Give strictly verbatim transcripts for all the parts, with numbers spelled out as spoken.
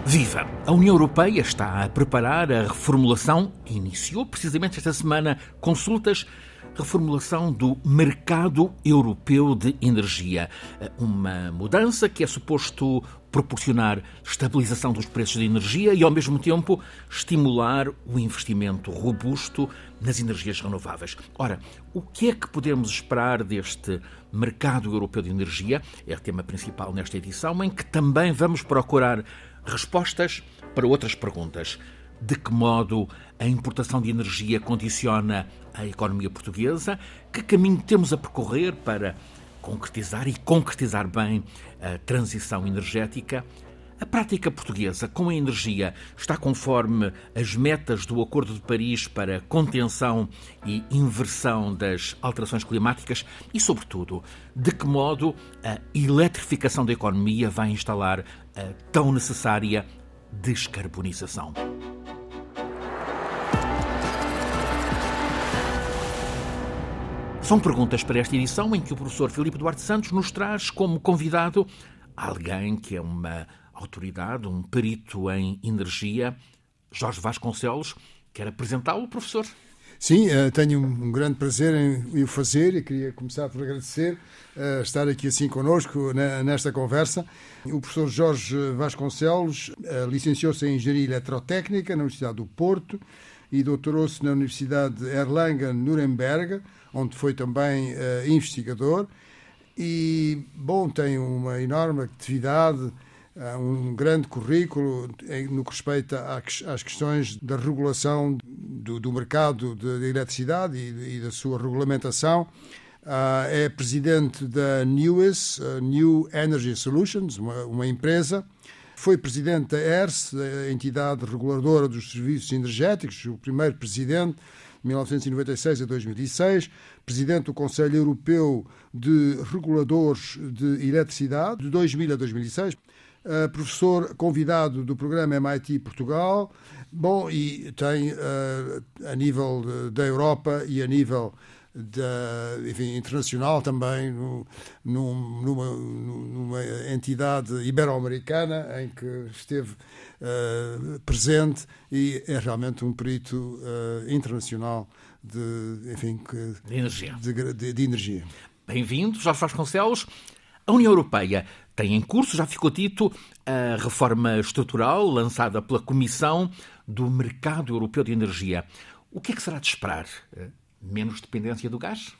Viva! A União Europeia está a preparar a reformulação, iniciou precisamente esta semana consultas, reformulação do mercado europeu de energia. Uma mudança que é suposto proporcionar estabilização dos preços de energia e, ao mesmo tempo, estimular o investimento robusto nas energias renováveis. Ora, o que é que podemos esperar deste mercado europeu de energia? É o tema principal nesta edição, em que também vamos procurar respostas para outras perguntas. De que modo a importação de energia condiciona a economia portuguesa? Que caminho temos a percorrer para concretizar e concretizar bem a transição energética? A prática portuguesa com a energia está conforme as metas do Acordo de Paris para contenção e inversão das alterações climáticas e, sobretudo, de que modo a eletrificação da economia vai instalar a tão necessária descarbonização? São perguntas para esta edição em que o professor Filipe Duarte Santos nos traz como convidado alguém que é uma autoridade, um perito em energia, Jorge Vasconcelos. Quer apresentá-lo, professor? Sim, tenho um grande prazer em o fazer e queria começar por agradecer uh, estar aqui assim connosco nesta conversa. O professor Jorge Vasconcelos uh, licenciou-se em Engenharia Eletrotécnica na Universidade do Porto e doutorou-se na Universidade de Erlangen-Nuremberg, onde foi também uh, investigador. E, bom, tem uma enorme atividade, um grande currículo no que respeita às questões da regulação do, do mercado de eletricidade e, e da sua regulamentação. É presidente da NEWES, New Energy Solutions, uma, uma empresa. Foi presidente da E R S, a entidade reguladora dos serviços energéticos, o primeiro presidente, de mil novecentos e noventa e seis a dois mil e seis, presidente do Conselho Europeu de Reguladores de Eletricidade, de dois mil a dois mil e seis, uh, professor convidado do programa M I T Portugal, bom, e tem, uh, a nível da Europa e a nível da, enfim, internacional também, no, num, numa, numa entidade ibero-americana em que esteve uh, presente e é realmente um perito uh, internacional de, enfim, que, de energia. De, de, de energia. Bem-vindo, Jorge Vasconcelos. A União Europeia tem em curso, já ficou dito, a reforma estrutural lançada pela Comissão do Mercado Europeu de Energia. O que é que será de esperar? Menos dependência do gás?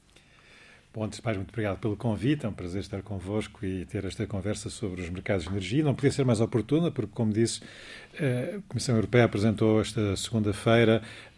Bom, antes de mais, muito obrigado pelo convite. É um prazer estar convosco e ter esta conversa sobre os mercados de energia. Não podia ser mais oportuna, porque, como disse, a Comissão Europeia apresentou esta segunda-feira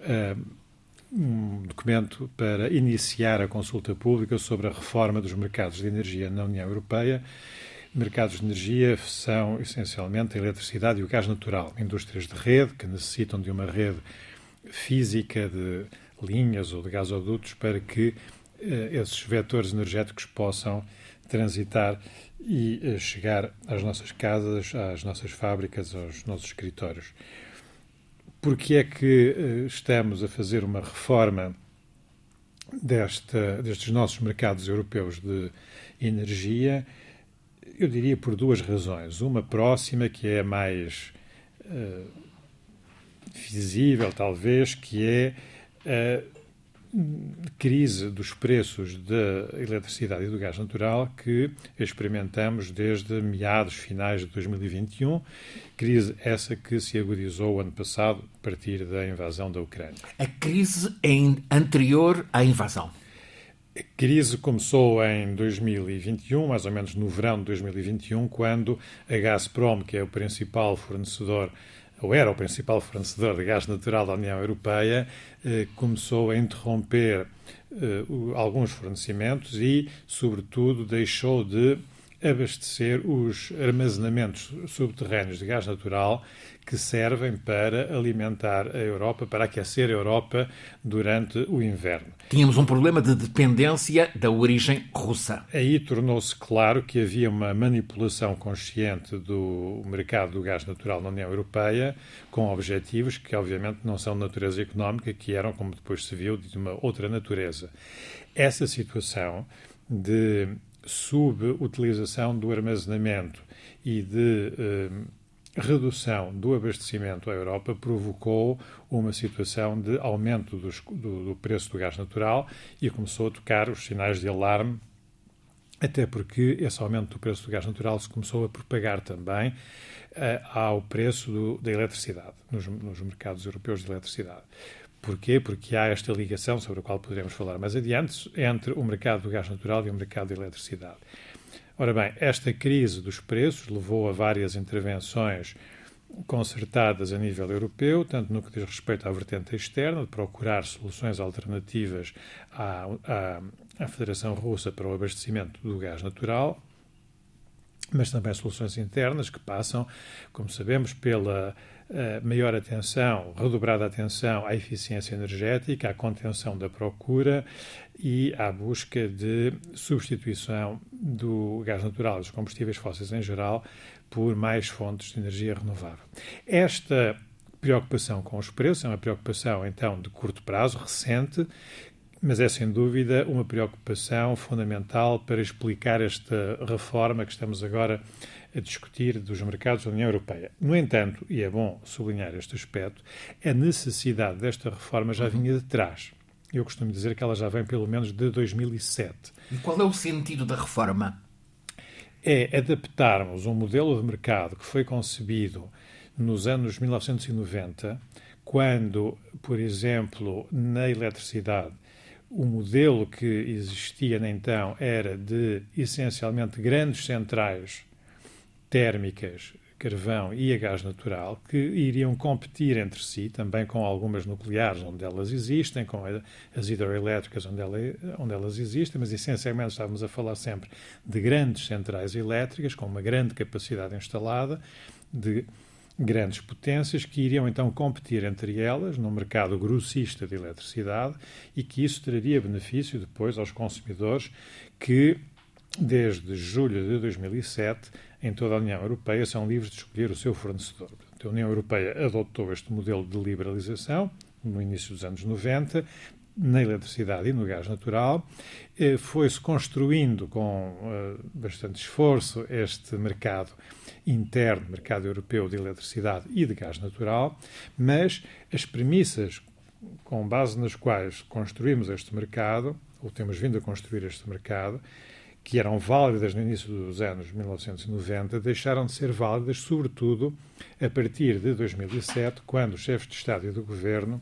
um documento para iniciar a consulta pública sobre a reforma dos mercados de energia na União Europeia. Mercados de energia são, essencialmente, a eletricidade e o gás natural. Indústrias de rede, que necessitam de uma rede física de linhas ou de gasodutos para que uh, esses vetores energéticos possam transitar e uh, chegar às nossas casas, às nossas fábricas, aos nossos escritórios. Porque é que uh, estamos a fazer uma reforma desta, destes nossos mercados europeus de energia? Eu diria por duas razões. Uma próxima, que é mais uh, visível, talvez, que é a crise dos preços da eletricidade e do gás natural que experimentamos desde meados finais de dois mil e vinte e um, crise essa que se agudizou o ano passado a partir da invasão da Ucrânia. A crise é anterior à invasão? A crise começou em dois mil e vinte e um, mais ou menos no verão de dois mil e vinte e um, quando a Gazprom, que é o principal fornecedor ou era o principal fornecedor de gás natural da União Europeia, eh, começou a interromper eh, o, alguns fornecimentos e, sobretudo, deixou de abastecer os armazenamentos subterrâneos de gás natural que servem para alimentar a Europa, para aquecer a Europa durante o inverno. Tínhamos um problema de dependência da origem russa. Aí tornou-se claro que havia uma manipulação consciente do mercado do gás natural na União Europeia, com objetivos que, obviamente, não são de natureza económica, que eram, como depois se viu, de uma outra natureza. Essa situação de subutilização do armazenamento e de eh, redução do abastecimento à Europa provocou uma situação de aumento dos, do, do preço do gás natural e começou a tocar os sinais de alarme, até porque esse aumento do preço do gás natural se começou a propagar também uh, ao preço do, da eletricidade, nos, nos mercados europeus de eletricidade. Porquê? Porque há esta ligação, sobre a qual poderemos falar mais adiante, entre o mercado do gás natural e o mercado de eletricidade. Ora bem, esta crise dos preços levou a várias intervenções concertadas a nível europeu, tanto no que diz respeito à vertente externa, de procurar soluções alternativas à, à, à Federação Russa para o abastecimento do gás natural, mas também soluções internas que passam, como sabemos, pela uh, maior atenção, redobrada atenção à eficiência energética, à contenção da procura e à busca de substituição do gás natural e dos combustíveis fósseis em geral por mais fontes de energia renovável. Esta preocupação com os preços é uma preocupação, então, de curto prazo, recente, mas é, sem dúvida, uma preocupação fundamental para explicar esta reforma que estamos agora a discutir dos mercados da União Europeia. No entanto, e é bom sublinhar este aspecto, a necessidade desta reforma já vinha de trás. Eu costumo dizer que ela já vem pelo menos de dois mil e sete. E qual é o sentido da reforma? É adaptarmos um modelo de mercado que foi concebido nos anos mil novecentos e noventa, quando, por exemplo, na eletricidade, o modelo que existia então era de, essencialmente, grandes centrais térmicas, carvão e a gás natural, que iriam competir entre si, também com algumas nucleares onde elas existem, com as hidroelétricas onde, ela, onde elas existem, mas essencialmente estávamos a falar sempre de grandes centrais elétricas com uma grande capacidade instalada, de grandes potências que iriam então competir entre elas no mercado grossista de eletricidade e que isso traria benefício depois aos consumidores que, desde julho de dois mil e sete, em toda a União Europeia, são livres de escolher o seu fornecedor. Portanto, a União Europeia adotou este modelo de liberalização no início dos anos noventa, na eletricidade e no gás natural. Foi-se construindo com uh, bastante esforço este mercado interno, mercado europeu de eletricidade e de gás natural, mas as premissas com base nas quais construímos este mercado, ou temos vindo a construir este mercado, que eram válidas no início dos anos mil novecentos e noventa, deixaram de ser válidas, sobretudo, a partir de dois mil e sete, quando os chefes de Estado e do Governo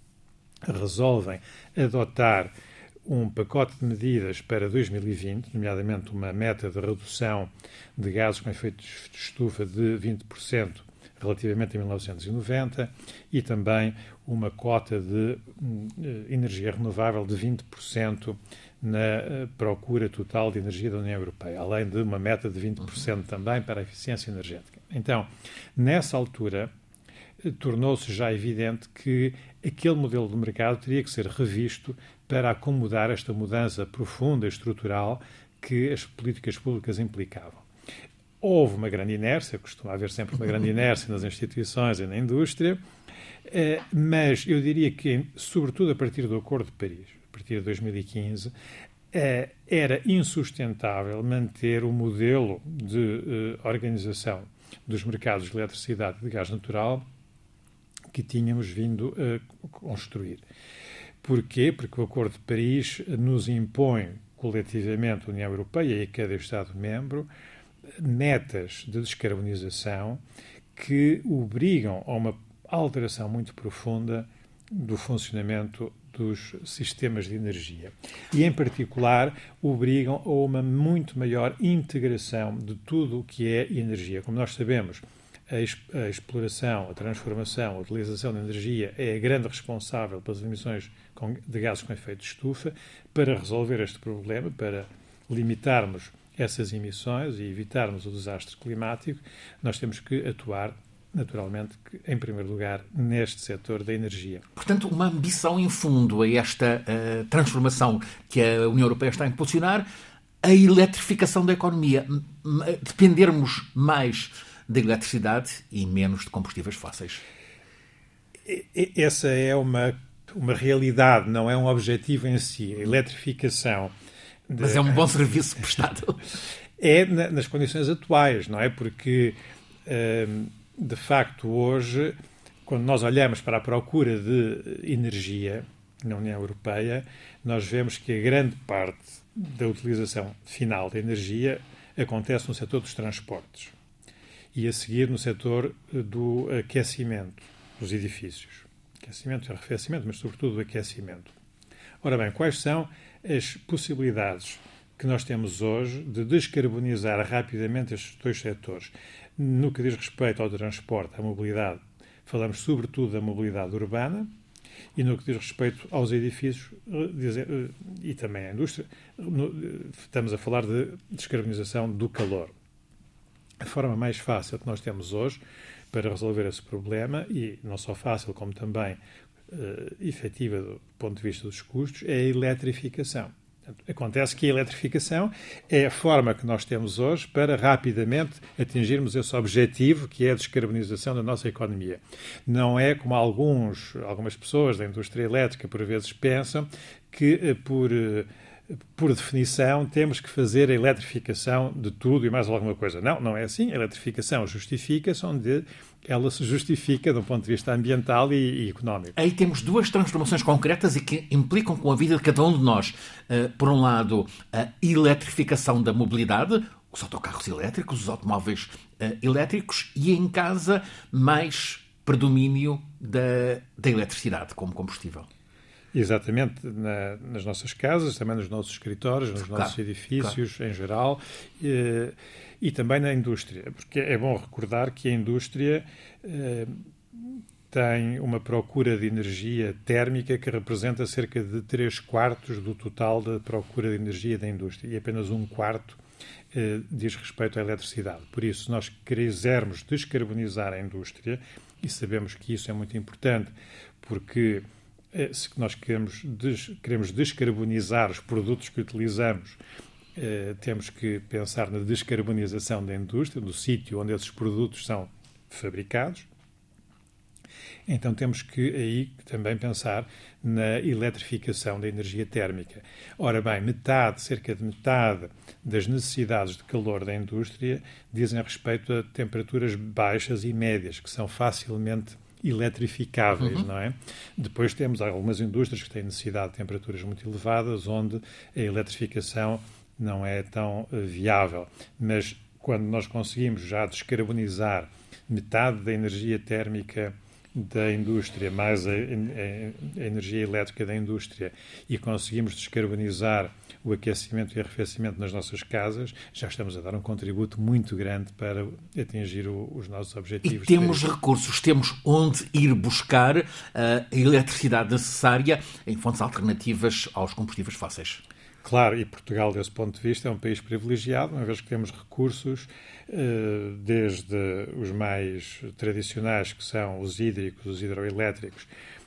resolvem adotar um pacote de medidas para dois mil e vinte, nomeadamente uma meta de redução de gases com efeitos de estufa de vinte por cento relativamente a mil novecentos e noventa e também uma cota de uh, energia renovável de vinte por cento na uh, procura total de energia da União Europeia, além de uma meta de vinte por cento também para a eficiência energética. Então, nessa altura, uh, tornou-se já evidente que aquele modelo de mercado teria que ser revisto para acomodar esta mudança profunda e estrutural que as políticas públicas implicavam. Houve uma grande inércia, costuma haver sempre uma grande inércia nas instituições e na indústria, mas eu diria que, sobretudo a partir do Acordo de Paris, a partir de dois mil e quinze, era insustentável manter o modelo de organização dos mercados de eletricidade e de gás natural que tínhamos vindo a construir. Porquê? Porque o Acordo de Paris nos impõe coletivamente, a União Europeia e cada Estado-membro, metas de descarbonização que obrigam a uma alteração muito profunda do funcionamento dos sistemas de energia. E, em particular, obrigam a uma muito maior integração de tudo o que é energia. Como nós sabemos, a exploração, a transformação, a utilização de energia é a grande responsável pelas emissões de gases com efeito de estufa. Para resolver este problema, para limitarmos essas emissões e evitarmos o desastre climático, nós temos que atuar, naturalmente, em primeiro lugar, neste setor da energia. Portanto, uma ambição em fundo a esta uh, transformação que a União Europeia está a impulsionar, a eletrificação da economia, dependermos mais da eletricidade e menos de combustíveis fósseis. Essa é uma, uma realidade, não é um objetivo em si. A eletrificação... De... Mas é um bom serviço prestado. É na, nas condições atuais, não é? Porque uh, de facto, hoje, quando nós olhamos para a procura de energia na União Europeia, nós vemos que a grande parte da utilização final da energia acontece no setor dos transportes e a seguir no setor do aquecimento dos edifícios. Aquecimento e arrefecimento, mas sobretudo o aquecimento. Ora bem, quais são as possibilidades que nós temos hoje de descarbonizar rapidamente estes dois setores? No que diz respeito ao transporte, à mobilidade, falamos sobretudo da mobilidade urbana, e no que diz respeito aos edifícios e também à indústria, estamos a falar de descarbonização do calor. A forma mais fácil que nós temos hoje para resolver esse problema, e não só fácil como também uh, efetiva do ponto de vista dos custos, é a eletrificação. Portanto, acontece que a eletrificação é a forma que nós temos hoje para rapidamente atingirmos esse objetivo, que é a descarbonização da nossa economia. Não é como alguns, algumas pessoas da indústria elétrica por vezes pensam, que por, por definição temos que fazer a eletrificação de tudo e mais alguma coisa. Não, não é assim. A eletrificação justifica-se onde ela se justifica do ponto de vista ambiental e, e económico. Aí temos duas transformações concretas e que implicam com a vida de cada um de nós. Uh, por um lado, a eletrificação da mobilidade, os autocarros elétricos, os automóveis uh, elétricos, e em casa, mais predomínio da, da eletricidade como combustível. Exatamente, na, nas nossas casas, também nos nossos escritórios, nos claro, nossos edifícios claro. Em geral, e, e também na indústria, porque é bom recordar que a indústria eh, tem uma procura de energia térmica que representa cerca de três quartos do total da procura de energia da indústria, e apenas um quarto eh, diz respeito à eletricidade. Por isso, se nós quisermos descarbonizar a indústria, e sabemos que isso é muito importante, porque se nós queremos, des, queremos descarbonizar os produtos que utilizamos, eh, temos que pensar na descarbonização da indústria, do sítio onde esses produtos são fabricados. Então temos que aí também pensar na eletrificação da energia térmica. Ora bem, metade, cerca de metade das necessidades de calor da indústria dizem respeito a temperaturas baixas e médias, que são facilmente eletrificáveis, uhum. não é? Depois temos algumas indústrias que têm necessidade de temperaturas muito elevadas, onde a eletrificação não é tão uh, viável. Mas quando nós conseguimos já descarbonizar metade da energia térmica da indústria, mais a, a, a energia elétrica da indústria, e conseguimos descarbonizar o aquecimento e arrefecimento nas nossas casas, já estamos a dar um contributo muito grande para atingir o, os nossos objetivos. E temos recursos, temos onde ir buscar uh, a eletricidade necessária em fontes alternativas aos combustíveis fósseis. Claro, e Portugal, desse ponto de vista, é um país privilegiado, uma vez que temos recursos, desde os mais tradicionais, que são os hídricos, os hidroelétricos,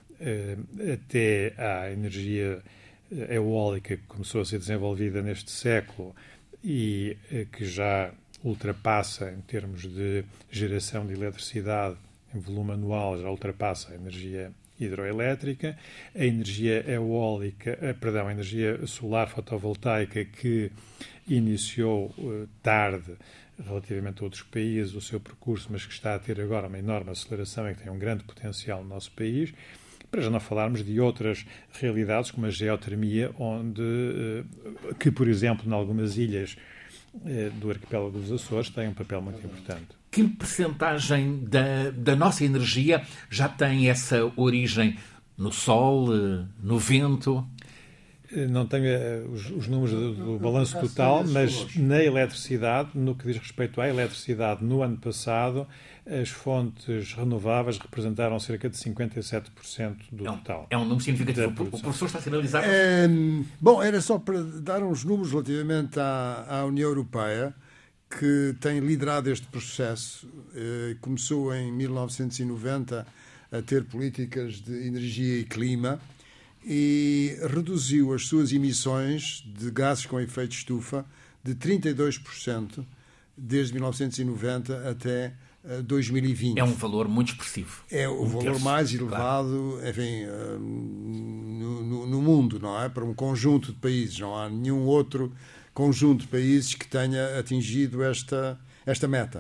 até à energia eólica, que começou a ser desenvolvida neste século e que já ultrapassa, em termos de geração de eletricidade em volume anual, já ultrapassa a energia hidroelétrica, a energia eólica, perdão, a energia solar fotovoltaica, que iniciou uh, tarde relativamente a outros países o seu percurso, mas que está a ter agora uma enorme aceleração e que tem um grande potencial no nosso país, para já não falarmos de outras realidades como a geotermia, onde, uh, que, por exemplo, em algumas ilhas uh, do arquipélago dos Açores tem um papel muito importante. Que percentagem da, da nossa energia já tem essa origem no sol, no vento? Não tenho uh, os, os números do, do balanço total, mas na eletricidade, no que diz respeito à eletricidade, no ano passado, as fontes renováveis representaram cerca de cinquenta e sete por cento do é um, total. É um número significativo. O professor está a sinalizar. É, bom, era só para dar uns números relativamente à, à União Europeia, que tem liderado este processo. Eh, começou em mil novecentos e noventa a ter políticas de energia e clima e reduziu as suas emissões de gases com efeito de estufa de trinta e dois por cento desde mil novecentos e noventa até uh, dois mil e vinte. É um valor muito expressivo. É o um valor terço, mais elevado, claro. enfim, uh, no, no, no mundo, não é? Para um conjunto de países. Não há nenhum outro conjunto de países que tenha atingido esta, esta meta.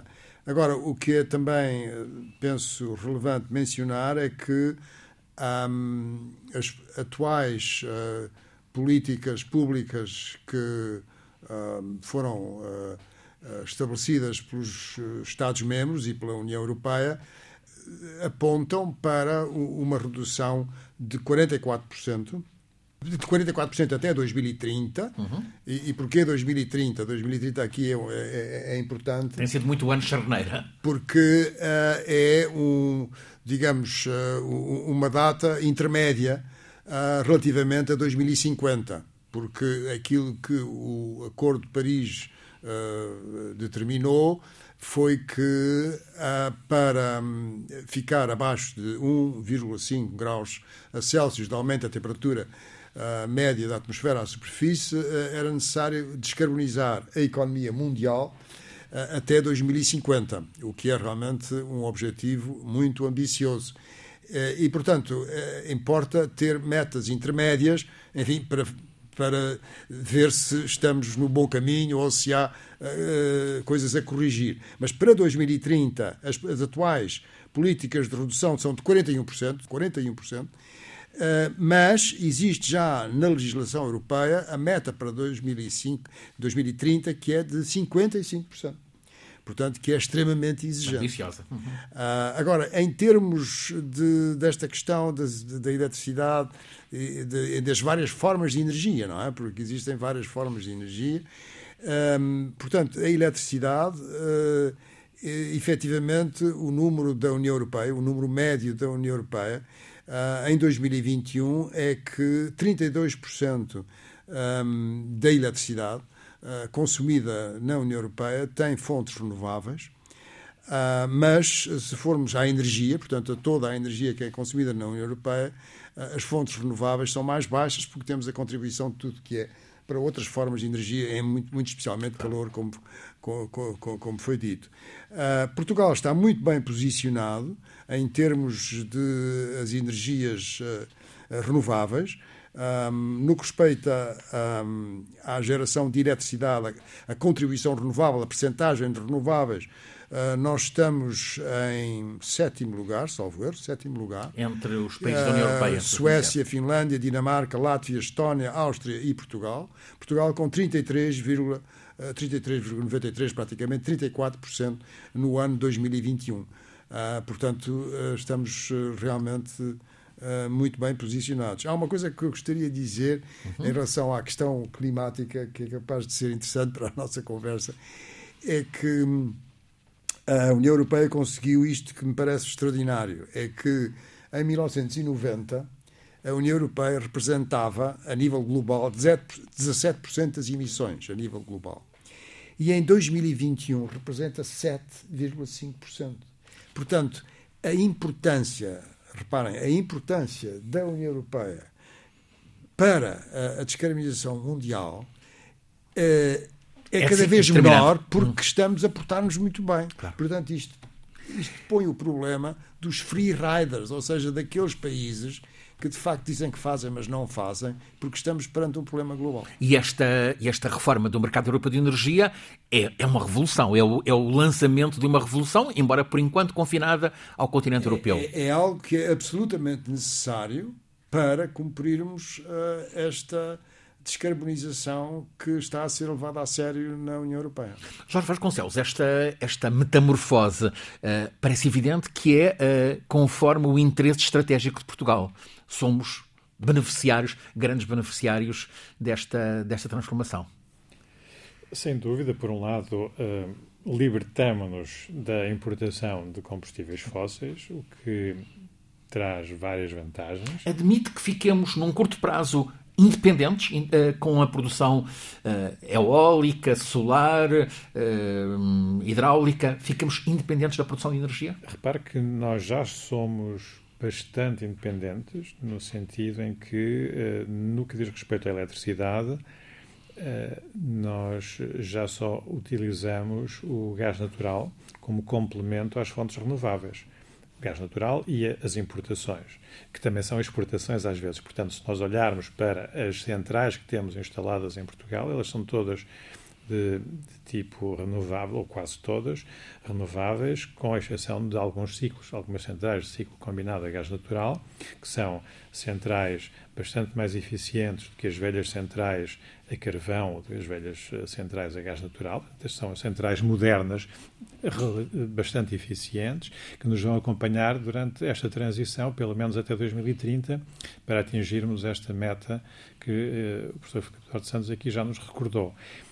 Agora, o que é também, penso, relevante mencionar é que um, as atuais uh, políticas públicas que uh, foram uh, estabelecidas pelos Estados-membros e pela União Europeia apontam para uma redução de quarenta e quatro por cento, de quarenta e quatro por cento até dois mil e trinta. Uhum. E, e porquê dois mil e trinta? dois mil e trinta aqui é, é, é importante. Tem sido muito ano charneira. Porque uh, é, um, digamos, uh, uma data intermédia uh, relativamente a dois mil e cinquenta. Porque aquilo que o Acordo de Paris uh, determinou foi que uh, para um, ficar abaixo de um vírgula cinco graus Celsius de aumento da temperatura uh, média da atmosfera à superfície, uh, era necessário descarbonizar a economia mundial uh, até dois mil e cinquenta, o que é realmente um objetivo muito ambicioso. Uh, e, portanto, uh, importa ter metas intermédias, enfim, para... para ver se estamos no bom caminho ou se há uh, coisas a corrigir. Mas para dois mil e trinta, as, as atuais políticas de redução são de quarenta e um por cento, quarenta e um por cento, uh, mas existe já na legislação europeia a meta para dois mil e cinco, dois mil e trinta, que é de cinquenta e cinco por cento. Portanto, que é extremamente exigente. Ambiciosa. Uhum. Uh, agora, em termos de, desta questão da de, de eletricidade e de, das várias formas de energia, não é? Porque existem várias formas de energia. Um, portanto, a eletricidade, uh, efetivamente, o número da União Europeia, o número médio da União Europeia, uh, em dois mil e vinte e um é que trinta e dois por cento um, da eletricidade consumida na União Europeia tem fontes renováveis, mas se formos à energia, portanto a toda a energia que é consumida na União Europeia, as fontes renováveis são mais baixas porque temos a contribuição de tudo que é para outras formas de energia, é muito, muito especialmente calor, como, como, como foi dito. Portugal está muito bem posicionado em termos de as energias renováveis. Um, no que respeita um, à geração de eletricidade, a, a contribuição renovável, a percentagem de renováveis, uh, nós estamos em sétimo lugar, salvo erro, sétimo lugar. Entre os países uh, da União Europeia. Suécia, Finlândia, Dinamarca, Látvia, Estónia, Áustria e Portugal. Portugal com trinta e três vírgula noventa e três, praticamente trinta e quatro por cento no ano dois mil e vinte e um. Uh, portanto, uh, estamos uh, realmente... Uh, muito bem posicionados. Há uma coisa que eu gostaria de dizer uhum. em relação à questão climática, que é capaz de ser interessante para a nossa conversa, é que a União Europeia conseguiu isto que me parece extraordinário, é que em mil novecentos e noventa a União Europeia representava a nível global dezassete por cento das emissões a nível global. E em dois mil e vinte e um representa sete vírgula cinco por cento. Portanto, a importância... Reparem, a importância da União Europeia para a, a descarbonização mundial é, é, é cada sim, vez menor porque hum. estamos a portar-nos muito bem. Claro. Portanto, isto, isto põe o problema dos free riders, ou seja, daqueles países que de facto dizem que fazem, mas não fazem, porque estamos perante um problema global. E esta, esta reforma do mercado europeu de energia é, é uma revolução, é o, é o lançamento de uma revolução, embora por enquanto confinada ao continente europeu. É, é, é algo que é absolutamente necessário para cumprirmos uh, esta descarbonização que está a ser levada a sério na União Europeia. Jorge Vasconcelos, esta, esta metamorfose uh, parece evidente que é uh, conforme o interesse estratégico de Portugal. Somos beneficiários, grandes beneficiários desta, desta transformação. Sem dúvida, por um lado, uh, libertamo-nos da importação de combustíveis fósseis, o que traz várias vantagens. Admite que fiquemos, num curto prazo, independentes uh, com a produção uh, eólica, solar, uh, hidráulica, ficamos independentes da produção de energia? Repare que nós já somos bastante independentes, no sentido em que, uh, no que diz respeito à eletricidade, uh, nós já só utilizamos o gás natural como complemento às fontes renováveis. Gás natural e as importações, que também são exportações às vezes. Portanto, se nós olharmos para as centrais que temos instaladas em Portugal, elas são todas de, de tipo renovável, ou quase todas renováveis, com exceção de alguns ciclos, algumas centrais de ciclo combinado a gás natural, que são centrais bastante mais eficientes do que as velhas centrais a carvão ou as velhas centrais a gás natural. Estas são centrais modernas, bastante eficientes, que nos vão acompanhar durante esta transição, pelo menos até dois mil e trinta, para atingirmos esta meta que eh, o professor Filipe Duarte Santos aqui já nos recordou.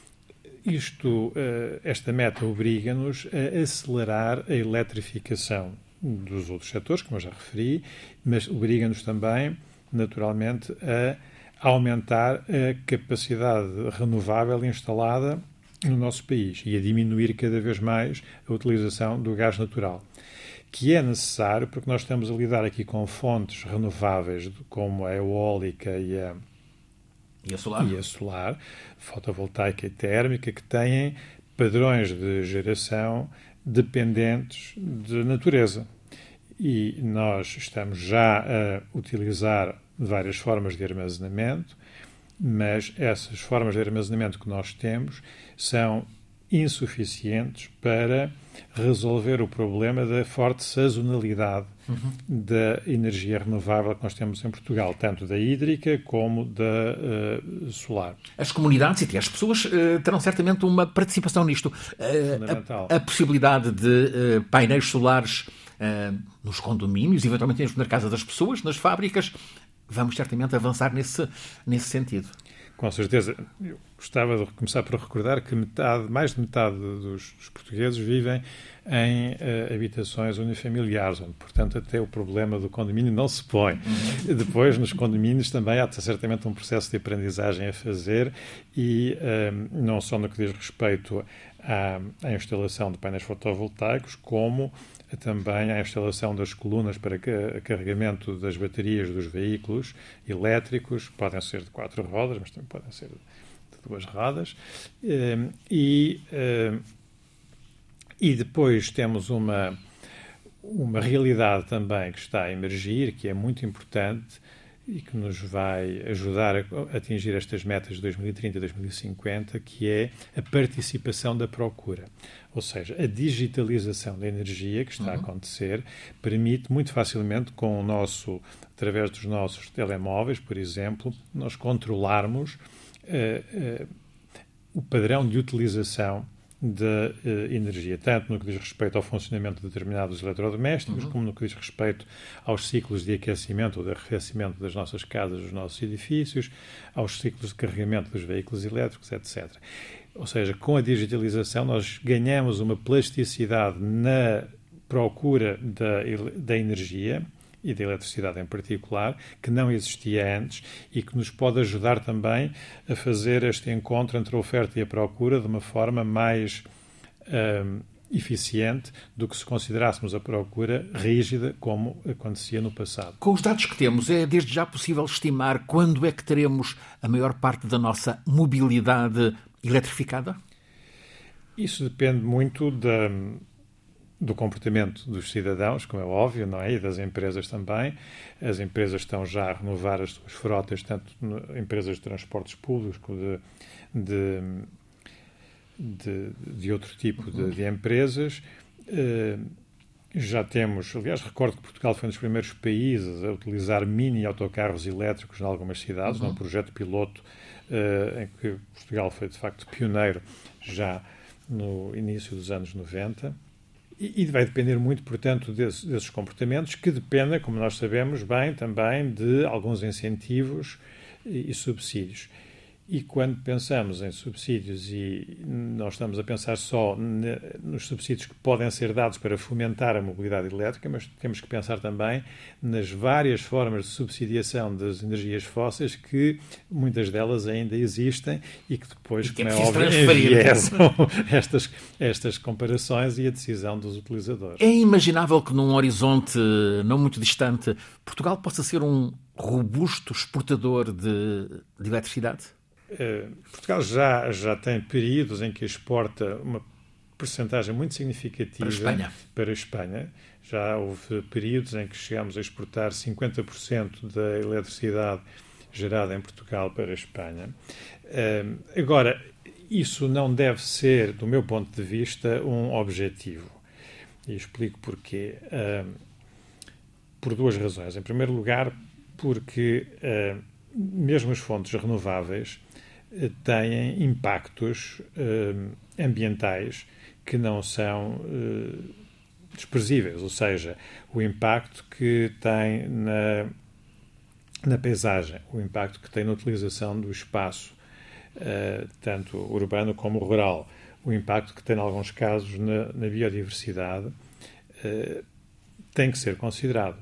Isto, eh, esta meta obriga-nos a acelerar a eletrificação dos outros setores, como eu já referi, mas obriga-nos também, naturalmente, a aumentar a capacidade renovável instalada no nosso país e a diminuir cada vez mais a utilização do gás natural, que é necessário porque nós estamos a lidar aqui com fontes renováveis como a eólica e a, e a solar, e a solar fotovoltaica e térmica, que têm padrões de geração dependentes de natureza. E nós estamos já a utilizar várias formas de armazenamento, mas essas formas de armazenamento que nós temos são insuficientes para resolver o problema da forte sazonalidade uhum. da energia renovável que nós temos em Portugal, tanto da hídrica como da uh, solar. As comunidades e até as pessoas uh, terão certamente uma participação nisto. Uh, Fundamental. A, a possibilidade de uh, painéis solares uh, nos condomínios, eventualmente na casa das pessoas, nas fábricas, vamos certamente avançar nesse, nesse sentido. Com certeza. Eu gostava de começar por recordar que metade, mais de metade dos, dos portugueses vivem em uh, habitações unifamiliares, onde, portanto, até o problema do condomínio não se põe. Uhum. Depois, nos condomínios, também há certamente um processo de aprendizagem a fazer e uh, não só no que diz respeito à, à instalação de painéis fotovoltaicos, como também à instalação das colunas para carregamento das baterias dos veículos elétricos, podem ser de quatro rodas, mas também podem ser de duas rodas. E, e depois temos uma, uma realidade também que está a emergir, que é muito importante e que nos vai ajudar a atingir estas metas de dois mil e trinta e dois mil e cinquenta, que é a participação da procura. Ou seja, a digitalização da energia que está uhum. a acontecer permite muito facilmente, com o nosso, através dos nossos telemóveis, por exemplo, nós controlarmos uh, uh, o padrão de utilização da uh, energia, tanto no que diz respeito ao funcionamento de determinados eletrodomésticos, uhum. como no que diz respeito aos ciclos de aquecimento ou de arrefecimento das nossas casas, dos nossos edifícios, aos ciclos de carregamento dos veículos elétricos, etcétera. Ou seja, com a digitalização nós ganhamos uma plasticidade na procura da, da energia e da eletricidade em particular, que não existia antes e que nos pode ajudar também a fazer este encontro entre a oferta e a procura de uma forma mais um, eficiente do que se considerássemos a procura rígida, como acontecia no passado. Com os dados que temos, é desde já possível estimar quando é que teremos a maior parte da nossa mobilidade eletrificada? Isso depende muito da... do comportamento dos cidadãos, como é óbvio, não é? E das empresas também. As empresas estão já a renovar as suas frotas, tanto empresas de transportes públicos como de, de, de, de outro tipo de, de empresas. Uh, já temos, aliás, recordo que Portugal foi um dos primeiros países a utilizar mini autocarros elétricos em algumas cidades, uhum. num projeto piloto uh, em que Portugal foi, de facto, pioneiro já no início dos anos noventa. E vai depender muito, portanto, desse, desses comportamentos, que dependem, como nós sabemos bem, também de alguns incentivos e, e subsídios. E quando pensamos em subsídios, e nós estamos a pensar só ne, nos subsídios que podem ser dados para fomentar a mobilidade elétrica, mas temos que pensar também nas várias formas de subsidiação das energias fósseis, que muitas delas ainda existem e que depois, e que como é, é óbvio, enviesam estas, estas comparações e a decisão dos utilizadores. É imaginável que num horizonte não muito distante, Portugal possa ser um robusto exportador de, de eletricidade? Uh, Portugal já, já tem períodos em que exporta uma percentagem muito significativa para a Espanha. Para a Espanha. Já houve períodos em que chegamos a exportar cinquenta por cento da eletricidade gerada em Portugal para a Espanha. Uh, agora, isso não deve ser, do meu ponto de vista, um objetivo. E explico porquê. Uh, por duas razões. Em primeiro lugar, porque uh, mesmo as fontes renováveis uh, têm impactos uh, ambientais que não são uh, desprezíveis, ou seja, o impacto que tem na, na paisagem, o impacto que tem na utilização do espaço, uh, tanto urbano como rural, o impacto que tem, em alguns casos, na, na biodiversidade, uh, tem que ser considerado.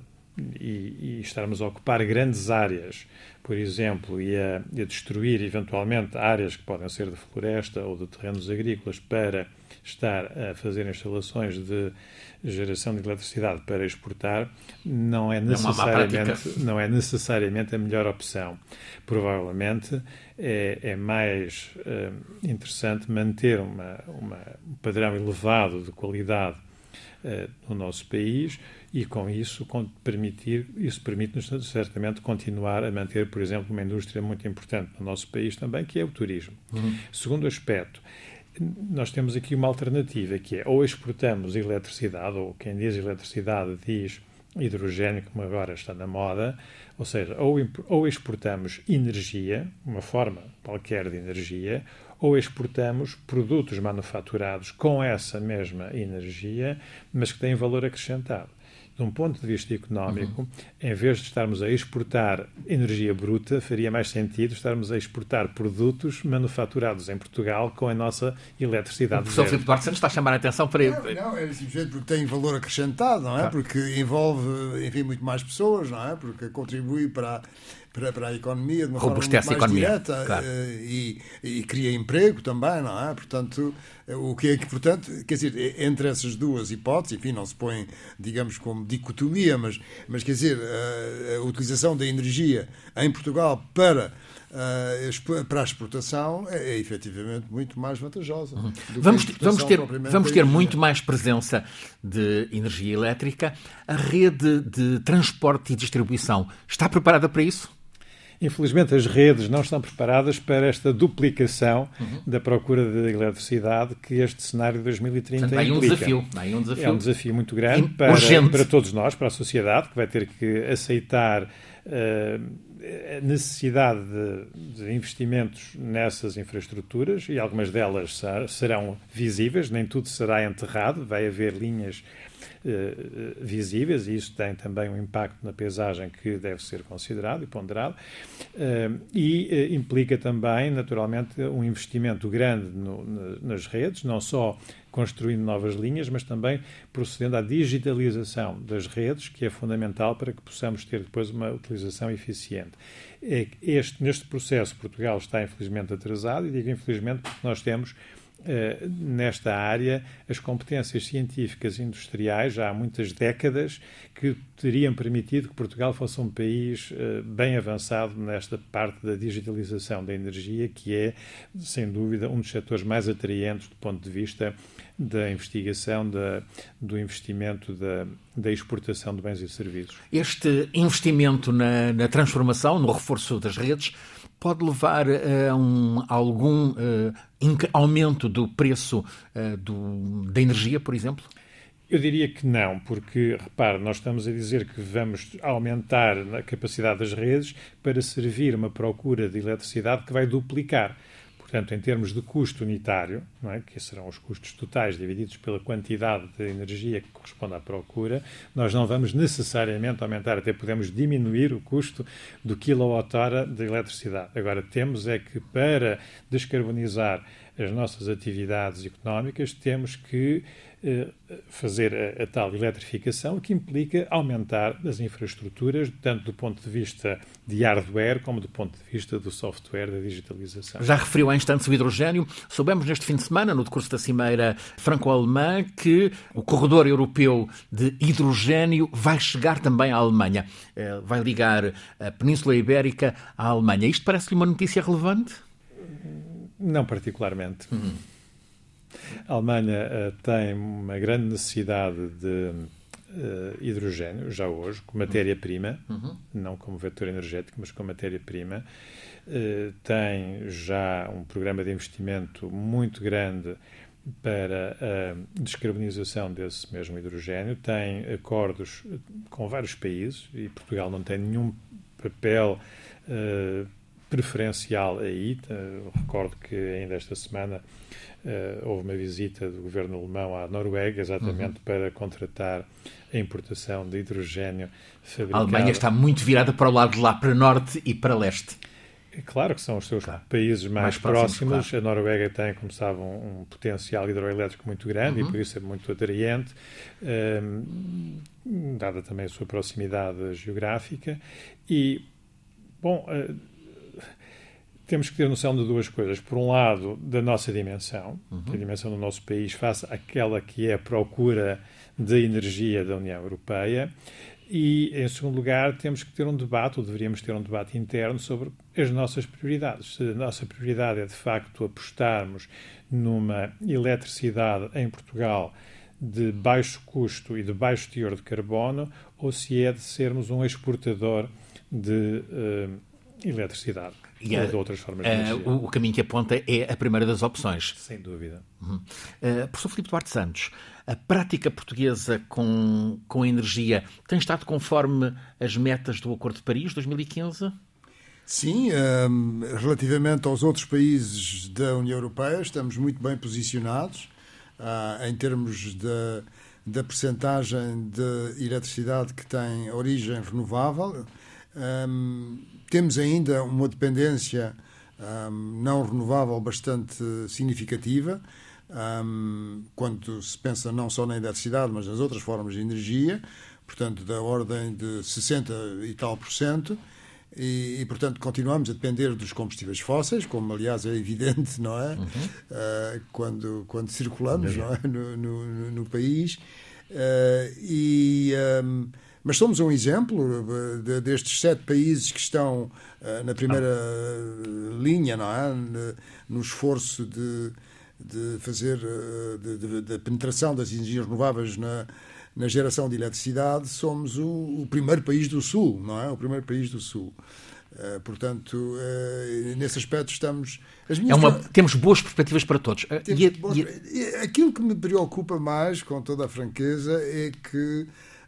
E, e estarmos a ocupar grandes áreas, por exemplo, e a, e a destruir, eventualmente, áreas que podem ser de floresta ou de terrenos agrícolas para estar a fazer instalações de geração de eletricidade para exportar, não é necessariamente, não é necessariamente a melhor opção. Provavelmente é, é mais uh, interessante manter uma, uma, um padrão elevado de qualidade uh, no nosso país e, com isso, permitir, isso permite-nos certamente continuar a manter, por exemplo, uma indústria muito importante no nosso país também, que é o turismo. Uhum. Segundo aspecto, nós temos aqui uma alternativa, que é ou exportamos eletricidade, ou quem diz eletricidade diz hidrogênio, como agora está na moda, ou seja, ou, ou exportamos energia, uma forma qualquer de energia, ou exportamos produtos manufaturados com essa mesma energia, mas que têm valor acrescentado. De um ponto de vista económico, uhum. em vez de estarmos a exportar energia bruta, faria mais sentido estarmos a exportar produtos manufaturados em Portugal com a nossa eletricidade. O professor Filipe Duarte Santos está a chamar a atenção para... Não, não, é simplesmente porque tem valor acrescentado, não é? Claro. Porque envolve, enfim, muito mais pessoas, não é? Porque contribui para... A... Para, para a economia de uma Robustece forma muito mais direta, claro. e, e cria emprego também, não é? Portanto, o que é que, portanto, quer dizer, entre essas duas hipóteses, enfim, não se põe, digamos, como dicotomia, mas, mas quer dizer, a, a utilização da energia em Portugal para, a, para a exportação é, é efetivamente muito mais vantajosa. Uhum. Vamos, vamos ter, vamos ter muito mais presença de energia elétrica. A rede de transporte e distribuição está preparada para isso? Infelizmente, as redes não estão preparadas para esta duplicação uhum. da procura de eletricidade que este cenário de dois mil e trinta Portanto, implica. Um desafio, um desafio. É um desafio muito grande para, para todos nós, para a sociedade, que vai ter que aceitar uh, a necessidade de, de investimentos nessas infraestruturas, e algumas delas serão visíveis, nem tudo será enterrado, vai haver linhas Uh, visíveis, e isso tem também um impacto na paisagem que deve ser considerado e ponderado, uh, e uh, implica também, naturalmente, um investimento grande no, na, nas redes, não só construindo novas linhas, mas também procedendo à digitalização das redes, que é fundamental para que possamos ter depois uma utilização eficiente. Este, neste processo, Portugal está infelizmente atrasado, e digo infelizmente porque nós temos Uh, nesta área as competências científicas e industriais já há muitas décadas que teriam permitido que Portugal fosse um país uh, bem avançado nesta parte da digitalização da energia, que é, sem dúvida, um dos setores mais atraentes do ponto de vista da investigação, da, do investimento, da, da exportação de bens e serviços. Este investimento na, na transformação, no reforço das redes, pode levar a um, algum uh, aumento do preço uh, do, da energia, por exemplo? Eu diria que não, porque, repare, nós estamos a dizer que vamos aumentar a capacidade das redes para servir uma procura de eletricidade que vai duplicar. Portanto, em termos de custo unitário, não é, que serão os custos totais divididos pela quantidade de energia que corresponde à procura, nós não vamos necessariamente aumentar, até podemos diminuir o custo do quilowatt-hora de eletricidade. Agora, temos é que, para descarbonizar as nossas atividades económicas, temos que eh, fazer a, a tal eletrificação, que implica aumentar as infraestruturas, tanto do ponto de vista de hardware, como do ponto de vista do software, da digitalização. Já referiu há instantes o hidrogênio. Soubemos neste fim de semana, no decurso da Cimeira Franco-Alemã, que o corredor europeu de hidrogênio vai chegar também à Alemanha. Vai ligar a Península Ibérica à Alemanha. Isto parece-lhe uma notícia relevante? Não particularmente. Uhum. A Alemanha uh, tem uma grande necessidade de uh, hidrogênio, já hoje, como matéria-prima, uhum. não como vetor energético, mas como matéria-prima. Uh, tem já um programa de investimento muito grande para a descarbonização desse mesmo hidrogênio, tem acordos com vários países, e Portugal não tem nenhum papel uh, preferencial aí. Uh, recordo que ainda esta semana uh, houve uma visita do governo alemão à Noruega, exatamente uhum. para contratar a importação de hidrogênio fabricado. A Alemanha está muito virada para o lado de lá, para norte e para leste. Claro que são os seus claro. países mais, mais próximos. próximos. Claro. A Noruega tem, como sabe, um, um potencial hidroelétrico muito grande uhum. e por isso é muito atraente, um, dada também a sua proximidade geográfica. E, bom, uh, temos que ter noção de duas coisas. Por um lado, da nossa dimensão, uhum. que a dimensão do nosso país face àquela que é a procura de energia da União Europeia. E, em segundo lugar, temos que ter um debate, ou deveríamos ter um debate interno sobre as nossas prioridades. Se a nossa prioridade é, de facto, apostarmos numa eletricidade em Portugal de baixo custo e de baixo teor de carbono, ou se é de sermos um exportador de uh, eletricidade. E a, ou de outras formas de energia. O, o caminho que aponta é a primeira das opções. Sem dúvida. Uhum. Uh, professor Filipe Duarte Santos, a prática portuguesa com, com a energia tem estado conforme as metas do Acordo de Paris, dois mil e quinze? Sim, um, relativamente aos outros países da União Europeia, estamos muito bem posicionados uh, em termos de, da percentagem de eletricidade que tem origem renovável. Um, temos ainda uma dependência um, não renovável bastante significativa, um, quando se pensa não só na eletricidade, mas nas outras formas de energia, portanto, da ordem de sessenta e tal por cento, e, e, portanto, continuamos a depender dos combustíveis fósseis, como, aliás, é evidente, não é? Uhum. Uh, quando, quando circulamos não é? no, no, no país. Uh, e... Um, Mas somos um exemplo de, destes sete países que estão uh, na primeira uh, linha, não é? No esforço de, de fazer uh, de, de, de penetração das energias renováveis na, na geração de eletricidade. Somos o, o primeiro país do Sul, não é? O primeiro país do Sul. Uh, portanto, uh, nesse aspecto estamos... As minhas é uma, pro... Temos boas perspectivas para todos. Temos e, boas... e... Aquilo que me preocupa mais, com toda a franqueza, é que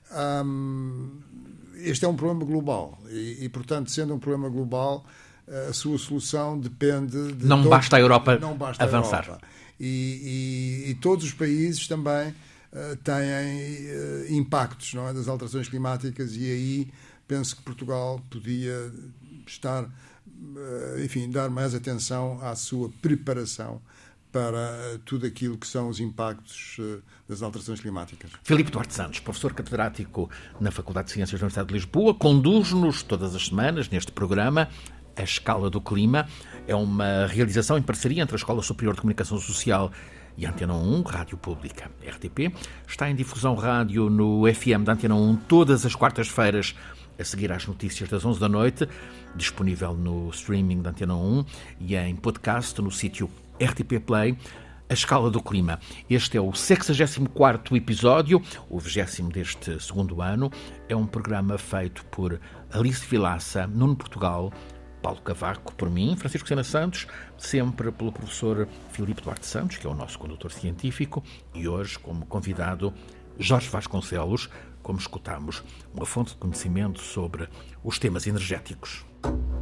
Um, este é um problema global e, e, portanto, sendo um problema global, a sua solução depende de... Não todos, basta a Europa não basta avançar. A Europa. E, e, e todos os países também uh, têm uh, impactos, não é, das alterações climáticas, e aí penso que Portugal podia estar, uh, enfim, dar mais atenção à sua preparação para tudo aquilo que são os impactos das alterações climáticas. Filipe Duarte Santos, professor catedrático na Faculdade de Ciências da Universidade de Lisboa, conduz-nos todas as semanas neste programa A Escala do Clima. É uma realização em parceria entre a Escola Superior de Comunicação Social e a Antena um, Rádio Pública, R T P. Está em difusão rádio no F M da Antena um todas as quartas-feiras, a seguir às notícias das onze da noite, disponível no streaming da Antena um e em podcast no sítio R T P Play, A Escala do Clima. Este é o sexagésimo quarto episódio, o vigésimo deste segundo ano. É um programa feito por Alice Vilaça, Nuno Portugal, Paulo Cavaco, por mim, Francisco Sena Santos, sempre pelo professor Filipe Duarte Santos, que é o nosso condutor científico, e hoje, como convidado, Jorge Vasconcelos, como escutamos, uma fonte de conhecimento sobre os temas energéticos.